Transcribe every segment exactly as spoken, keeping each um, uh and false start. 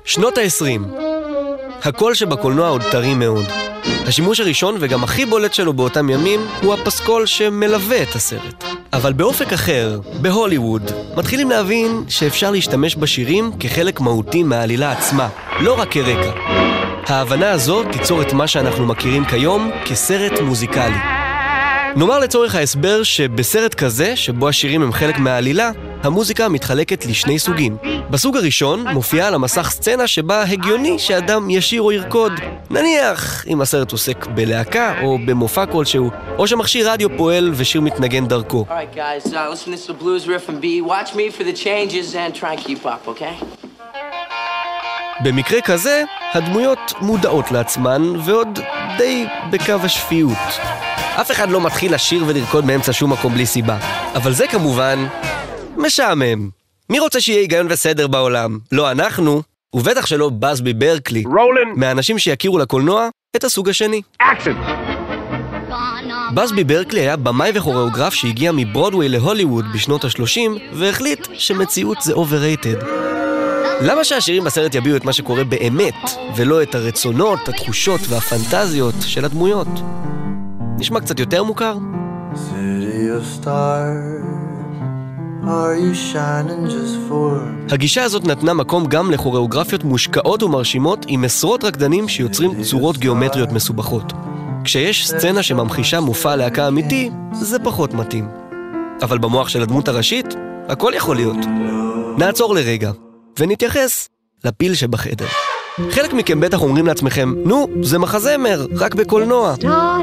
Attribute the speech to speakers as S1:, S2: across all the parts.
S1: שנות ה-עשרים. הקול שבקולנוע עוד טרי מאוד. השימוש הראשון וגם הכי בולט שלו באותם ימים הוא הפסקול שמלווה את הסרט. אבל באופק אחר, בהוליווד, מתחילים להבין שאפשר להשתמש בשירים כחלק מהותי מהעלילה עצמה, לא רק כרקע. ההבנה הזו תיצור את מה שאנחנו מכירים כיום כסרט מוזיקלי. נאמר לצורך ההסבר שבסרט כזה, שבו השירים הם חלק מהעלילה, המוזיקה מתחלקת לשני סוגים. בסוג הראשון מופיעה על המסך סצנה שבה הגיוני שאדם ישיר או ירקוד. נניח אם הסרט עוסק בלהקה או במופע כלשהו, או שמכשיר רדיו פועל ושיר מתנגן דרכו.
S2: Alright guys, uh, listen to the blues riff and B. Watch me for the changes and try and keep up, okay?
S1: במקרה כזה, הדמויות מודעות לעצמן ועוד די בקו השפיות. אף אחד לא מתחיל לשיר ולרקוד באמצע שום מקום בלי סיבה. אבל זה כמובן משעמם. מי רוצה שיהיה היגיון וסדר בעולם? לא אנחנו, ובטח שלא בסבי ברקלי. רולן! מהאנשים שיכירו לקולנוע את הסוג השני. אקשן! בסבי ברקלי היה במאי וכוריאוגרף שהגיע מברודווי להוליווד בשנות ה-שלושים, והחליט שמציאות זה overrated. למה שהשירים בסרט יביאו את מה שקורה באמת, ולא את הרצונות, התחושות והפנטזיות של הדמויות? נשמע קצת יותר מוכר? City of stars, are you shining just for... הגישה הזאת נתנה מקום גם לכוריאוגרפיות מושקעות ומרשימות עם עשרות רקדנים שיוצרים צורות גיאומטריות מסובכות. כשיש סצנה שממחישה מופע להקה אמיתי, זה פחות מתאים. אבל במוח של הדמות הראשית, הכל יכול להיות. נעצור לרגע, ונתייחס לפיל שבחדר. חלק מכם בטח אומרים לעצמכם, נו, זה מחזמר, רק בקולנוע.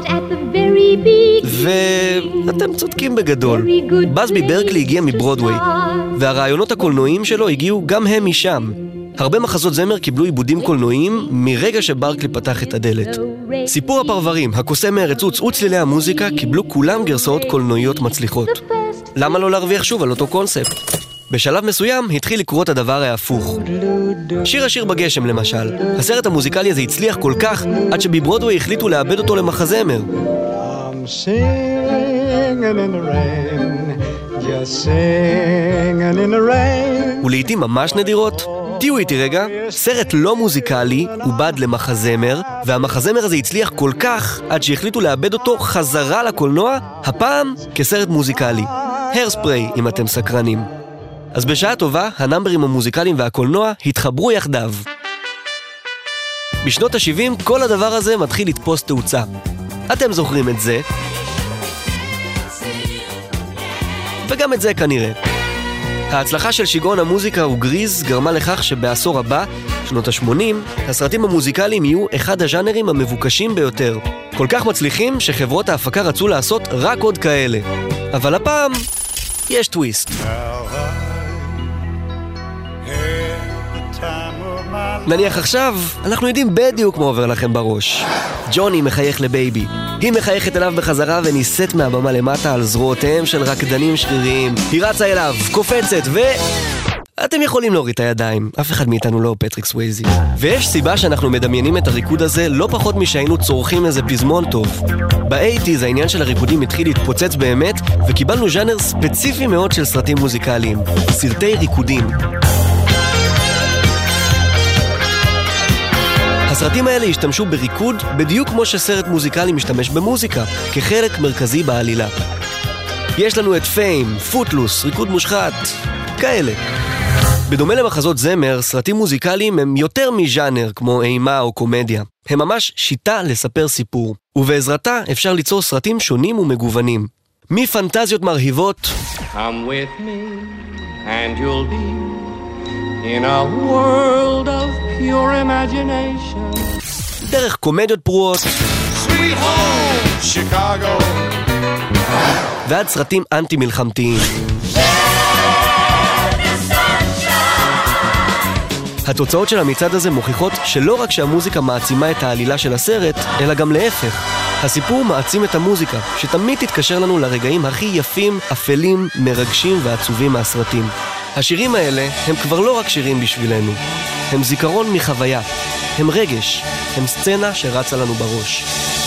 S1: ואתם צודקים בגדול. בסבי ברקלי הגיע מברודווי, והרעיונות הקולנועיים שלו הגיעו גם הם משם. הרבה מחזות זמר קיבלו עיבודים קולנועיים מרגע שברקלי פתח את הדלת. סיפור הפרברים, הקוסם מהרצוץ וצלילי המוזיקה קיבלו כולם גרסאות קולנועיות מצליחות. למה לא להרוויח שוב על אותו קונספט? בשלב מסוים התחיל לקרות הדבר ההפוך. שיר השיר בגשם למשל. הסרט המוזיקלי הזה הצליח כל כך עד שבברודווי החליטו לאבד אותו למחזמר. I'm singing in the rain, just singing in the rain. ולעיתים ממש נדירות. תהיו איתי רגע, סרט לא מוזיקלי עובד למחזמר, והמחזמר הזה הצליח כל כך עד שהחליטו לאבד אותו חזרה לקולנוע, הפעם כסרט מוזיקלי. הרספריי אם אתם סקרנים. אז בשעה טובה, הנאמברים המוזיקליים והקולנוע התחברו יחדיו. בשנות ה-שבעים כל הדבר הזה מתחיל לתפוס תאוצה. אתם זוכרים את זה? וגם את זה כנראה. ההצלחה של שיגעון המוזיקה וגריז גרמה לכך שבעשור הבא, שנות ה-שמונים, הסרטים המוזיקליים יהיו אחד הז'אנרים המבוקשים ביותר. כל כך מצליחים שחברות ההפקה רצו לעשות רק עוד כאלה. אבל הפעם יש טוויסט. נניח עכשיו, אנחנו יודעים בדיוק מה עובר לכם בראש. ג'וני מחייך לבייבי. היא מחייכת אליו בחזרה וניסית מהבמה למטה על זרועותיהם של רקדנים שריריים. היא רצה אליו, קופצת ו... אתם יכולים להוריד את הידיים, אף אחד מאיתנו לא פטריק סווייזי. ויש סיבה שאנחנו מדמיינים את הריקוד הזה לא פחות משהיינו צורכים איזה פזמון טוב. ב-שמונים העניין של הריקודים התחיל להתפוצץ באמת, וקיבלנו ז'אנר ספציפי מאוד של סרטים מוזיקליים. סרטי ריקודים. הסרטים האלה השתמשו בריקוד בדיוק כמו שסרט מוזיקלי משתמש במוזיקה, כחלק מרכזי בעלילה. יש לנו את פיים, פוטלוס, ריקוד מושחת, כאלה. בדומה למחזות זמר, סרטים מוזיקליים הם יותר מז'אנר כמו אימה או קומדיה. הם ממש שיטה לספר סיפור, ובעזרתה אפשר ליצור סרטים שונים ומגוונים. מפנטזיות מרהיבות Come with me and you'll be in a world of pure imagination. דרך קומדיות פרועות Sweet home, Chicago. ועד סרטים אנטי-מלחמתיים. התוצאות של המצעד הזה מוכיחות שלא רק שהמוזיקה מעצימה את העלילה של הסרט, אלא גם להפך. הסיפור מעצים את המוזיקה, שתמיד תתקשר לנו לרגעים הכי יפים, אפלים, מרגשים ועצובים מהסרטים. השירים האלה הם כבר לא רק שירים בשבילנו. הם זיכרון מחוויה, הם רגש, הם סצנה שרצה לנו בראש.